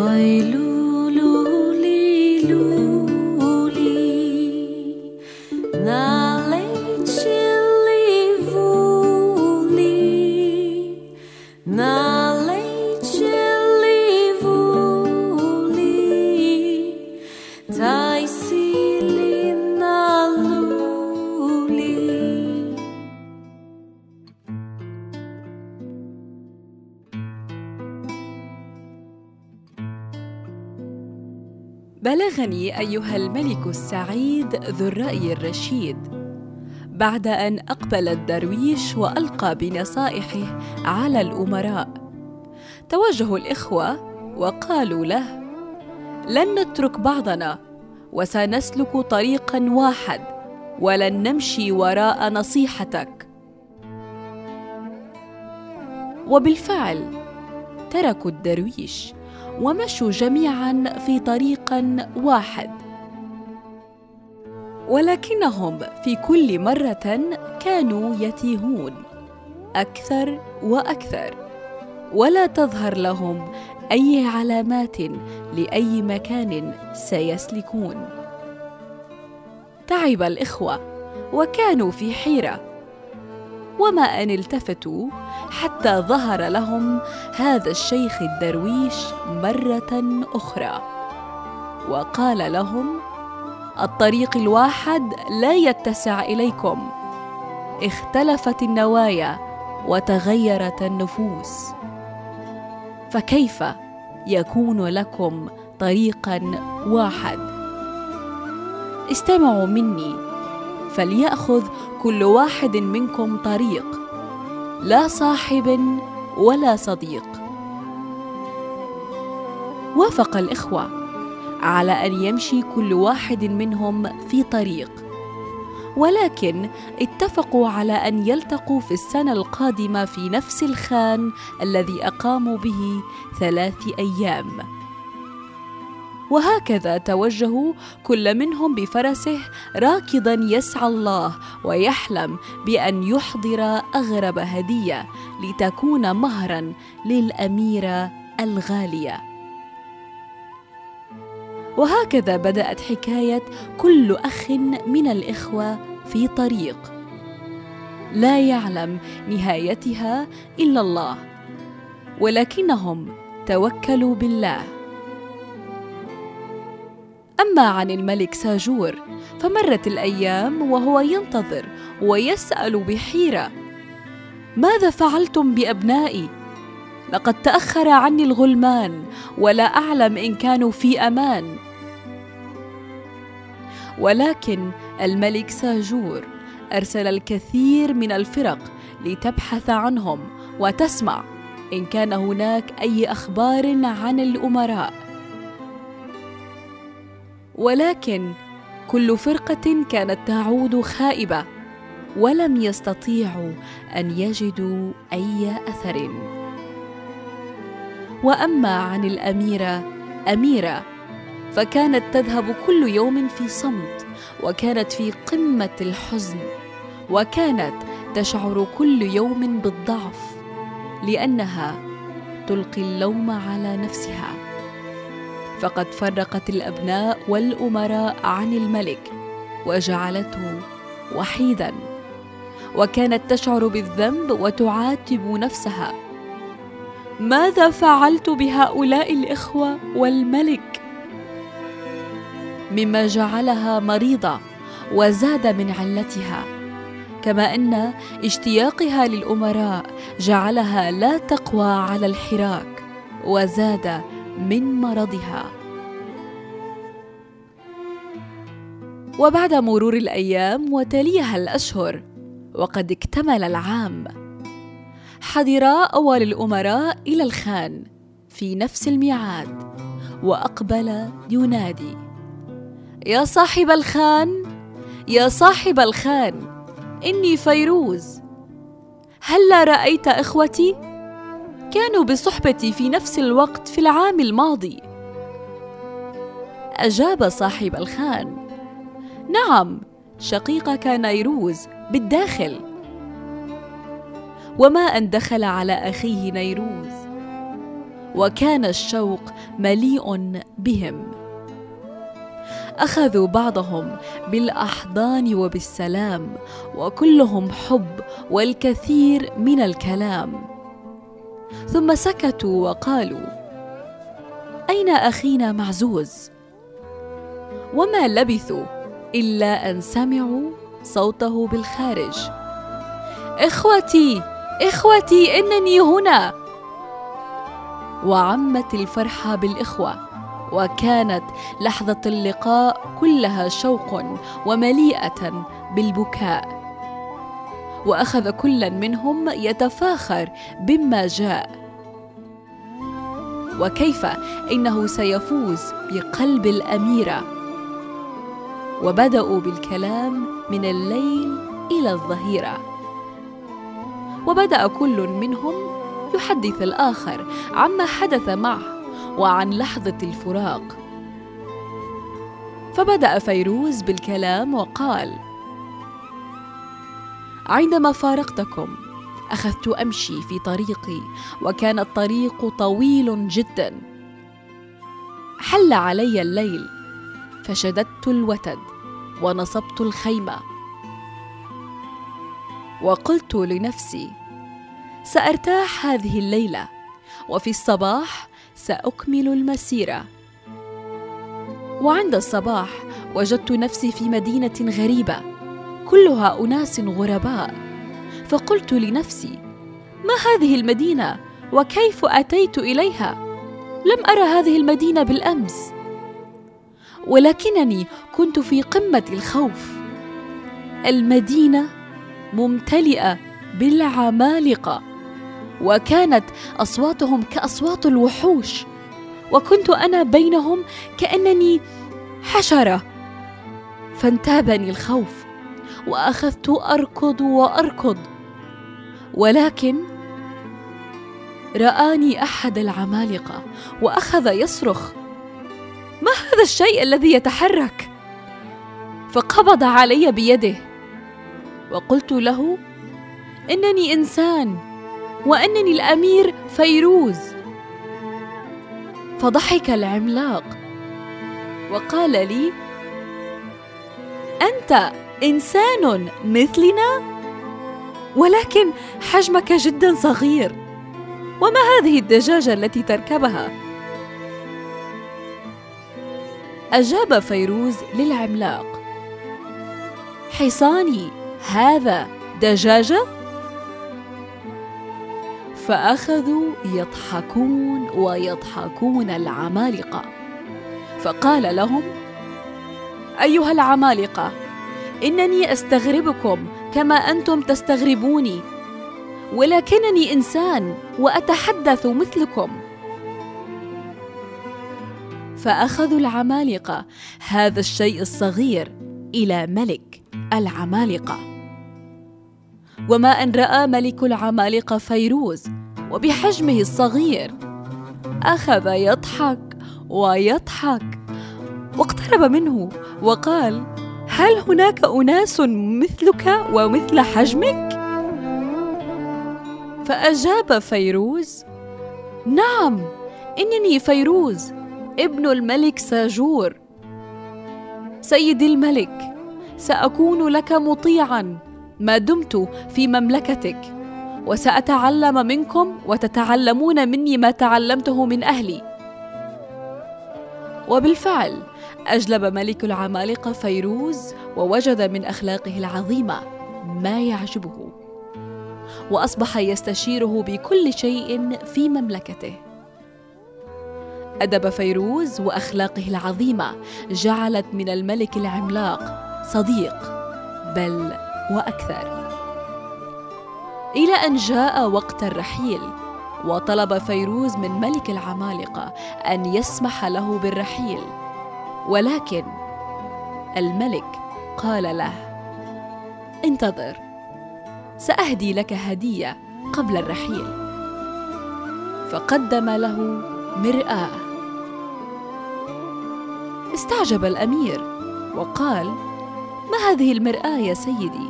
بلغني أيها الملك السعيد ذو الرأي الرشيد، بعد أن أقبل الدرويش وألقى بنصائحه على الأمراء، توجه الإخوة وقالوا له: لن نترك بعضنا، وسنسلك طريقاً واحد، ولن نمشي وراء نصيحتك. وبالفعل تركوا الدرويش ومشوا جميعاً في طريق واحد، ولكنهم في كل مرة كانوا يتيهون أكثر وأكثر، ولا تظهر لهم أي علامات لأي مكان سيسلكون. تعب الإخوة وكانوا في حيرة، وما أن التفتوا حتى ظهر لهم هذا الشيخ الدرويش مرة أخرى، وقال لهم: الطريق الواحد لا يتسع إليكم، اختلفت النوايا وتغيرت النفوس، فكيف يكون لكم طريقاً واحد؟ استمعوا مني، فليأخذ كل واحد منكم طريق، لا صاحب ولا صديق. وافق الإخوة على أن يمشي كل واحد منهم في طريق، ولكن اتفقوا على أن يلتقوا في السنة القادمة في نفس الخان الذي أقاموا به 3 أيام. وهكذا توجهوا كل منهم بفرسه راكضاً يسعى الله ويحلم بأن يحضر أغرب هدية لتكون مهراً للأميرة الغالية. وهكذا بدأت حكاية كل أخ من الإخوة في طريق لا يعلم نهايتها إلا الله، ولكنهم توكلوا بالله. أما عن الملك ساجور فمرت الأيام وهو ينتظر ويسأل بحيرة: ماذا فعلتم بأبنائي؟ لقد تأخر عني الغلمان، ولا أعلم إن كانوا في أمان. ولكن الملك ساجور أرسل الكثير من الفرق لتبحث عنهم وتسمع إن كان هناك أي أخبار عن الأمراء، ولكن كل فرقة كانت تعود خائبة، ولم يستطيعوا أن يجدوا أي أثر. وأما عن الأميرة أميرة فكانت تذهب كل يوم في صمت، وكانت في قمة الحزن، وكانت تشعر كل يوم بالضعف، لأنها تلقي اللوم على نفسها، فقد فرقت الأبناء والأمراء عن الملك وجعلته وحيداً، وكانت تشعر بالذنب وتعاتب نفسها: ماذا فعلت بهؤلاء الإخوة والملك؟ مما جعلها مريضة وزاد من علتها، كما أن اشتياقها للأمراء جعلها لا تقوى على الحراك وزاد من مرضها. وبعد مرور الأيام وتليها الأشهر وقد اكتمل العام، حضر أول الأمراء إلى الخان في نفس الميعاد، وأقبل ينادي: يا صاحب الخان، يا صاحب الخان، إني فيروز، هلا رأيت إخوتي؟ كانوا بصحبتي في نفس الوقت في العام الماضي. أجاب صاحب الخان: نعم، شقيقك نيروز بالداخل. وما أن دخل على أخيه نيروز وكان الشوق مليء بهم. أخذوا بعضهم بالأحضان وبالسلام، وكلهم حب والكثير من الكلام. ثم سكتوا وقالوا: أين أخينا معزوز؟ وما لبثوا إلا أن سمعوا صوته بالخارج: إخوتي إخوتي إنني هنا. وعمت الفرحة بالإخوة، وكانت لحظة اللقاء كلها شوق ومليئة بالبكاء. وأخذ كل منهم يتفاخر بما جاء، وكيف إنه سيفوز بقلب الأميرة. وبدأوا بالكلام من الليل إلى الظهيرة، وبدأ كل منهم يحدث الآخر عما حدث معه وعن لحظة الفراق. فبدأ فيروز بالكلام وقال: عندما فارقتكم أخذت أمشي في طريقي، وكان الطريق طويل جدا. حل علي الليل، فشددت الوتد ونصبت الخيمة، وقلت لنفسي: سأرتاح هذه الليلة، وفي الصباح سأكمل المسيرة. وعند الصباح وجدت نفسي في مدينة غريبة كلها أناس غرباء، فقلت لنفسي: ما هذه المدينة؟ وكيف أتيت إليها؟ لم أرى هذه المدينة بالأمس. ولكنني كنت في قمة الخوف. المدينة ممتلئة بالعمالقة، وكانت أصواتهم كأصوات الوحوش، وكنت أنا بينهم كأنني حشرة. فانتابني الخوف، وأخذت أركض وأركض، ولكن رآني أحد العمالقة وأخذ يصرخ: ما هذا الشيء الذي يتحرك؟ فقبض علي بيده، وقلت له: إنني إنسان، وأنني الأمير فيروز. فضحك العملاق وقال لي: أنت إنسان مثلنا، ولكن حجمك جدا صغير. وما هذه الدجاجة التي تركبها؟ أجاب فيروز للعملاق: حصاني هذا دجاجة؟ فأخذوا يضحكون ويضحكون العمالقة. فقال لهم: أيها العمالقة، إنني أستغربكم كما أنتم تستغربوني، ولكنني إنسان وأتحدث مثلكم. فأخذوا العمالقة هذا الشيء الصغير إلى ملك العمالقة. وما أن رأى ملك العمالقة فيروز وبحجمه الصغير، أخذ يضحك ويضحك، واقترب منه وقال: هل هناك أناس مثلك ومثل حجمك؟ فأجاب فيروز: نعم، إنني فيروز ابن الملك ساجور. سيدي الملك، سأكون لك مطيعاً ما دمت في مملكتك، وسأتعلم منكم وتتعلمون مني ما تعلمته من أهلي. وبالفعل أجلب ملك العمالقة فيروز، ووجد من أخلاقه العظيمة ما يعجبه، وأصبح يستشيره بكل شيء في مملكته. أدب فيروز وأخلاقه العظيمة جعلت من الملك العملاق صديق، بل وأكثر، إلى أن جاء وقت الرحيل، وطلب فيروز من ملك العمالقة أن يسمح له بالرحيل. ولكن الملك قال له: انتظر، سأهدي لك هدية قبل الرحيل. فقدم له مرآة. استعجب الأمير وقال: ما هذه المرآة يا سيدي؟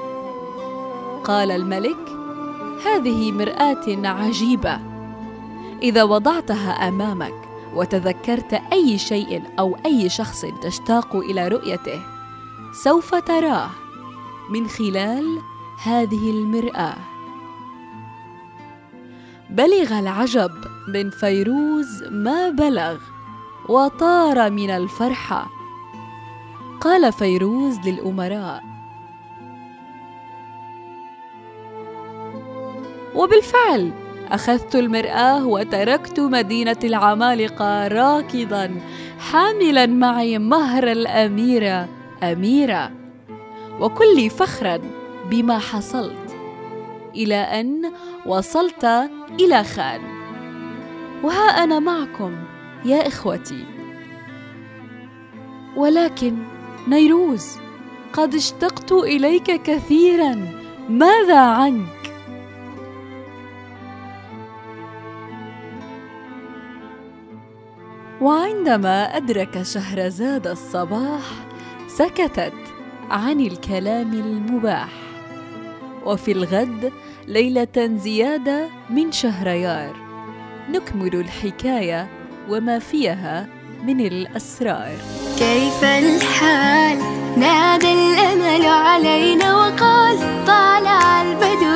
قال الملك: هذه مرآة عجيبة، إذا وضعتها أمامك وتذكرت أي شيء أو أي شخص تشتاق إلى رؤيته، سوف تراه من خلال هذه المرآة. بلغ العجب من فيروز ما بلغ وطار من الفرحة. قال فيروز للأمراء: وبالفعل أخذت المرآة وتركت مدينة العمالقة راكضاً حاملاً معي مهر الأميرة أميرة، وكلي فخراً بما حصلت، إلى أن وصلت إلى خان. وها أنا معكم يا إخوتي. ولكن نيروز، قد اشتقت إليك كثيراً، ماذا عنك؟ وعندما أدرك شهرزاد الصباح سكتت عن الكلام المباح. وفي الغد ليلة زيادة من شهريار نكمل الحكاية وما فيها من الأسرار. كيف الحال؟ نادى الأمل علينا وقال: طالع البدر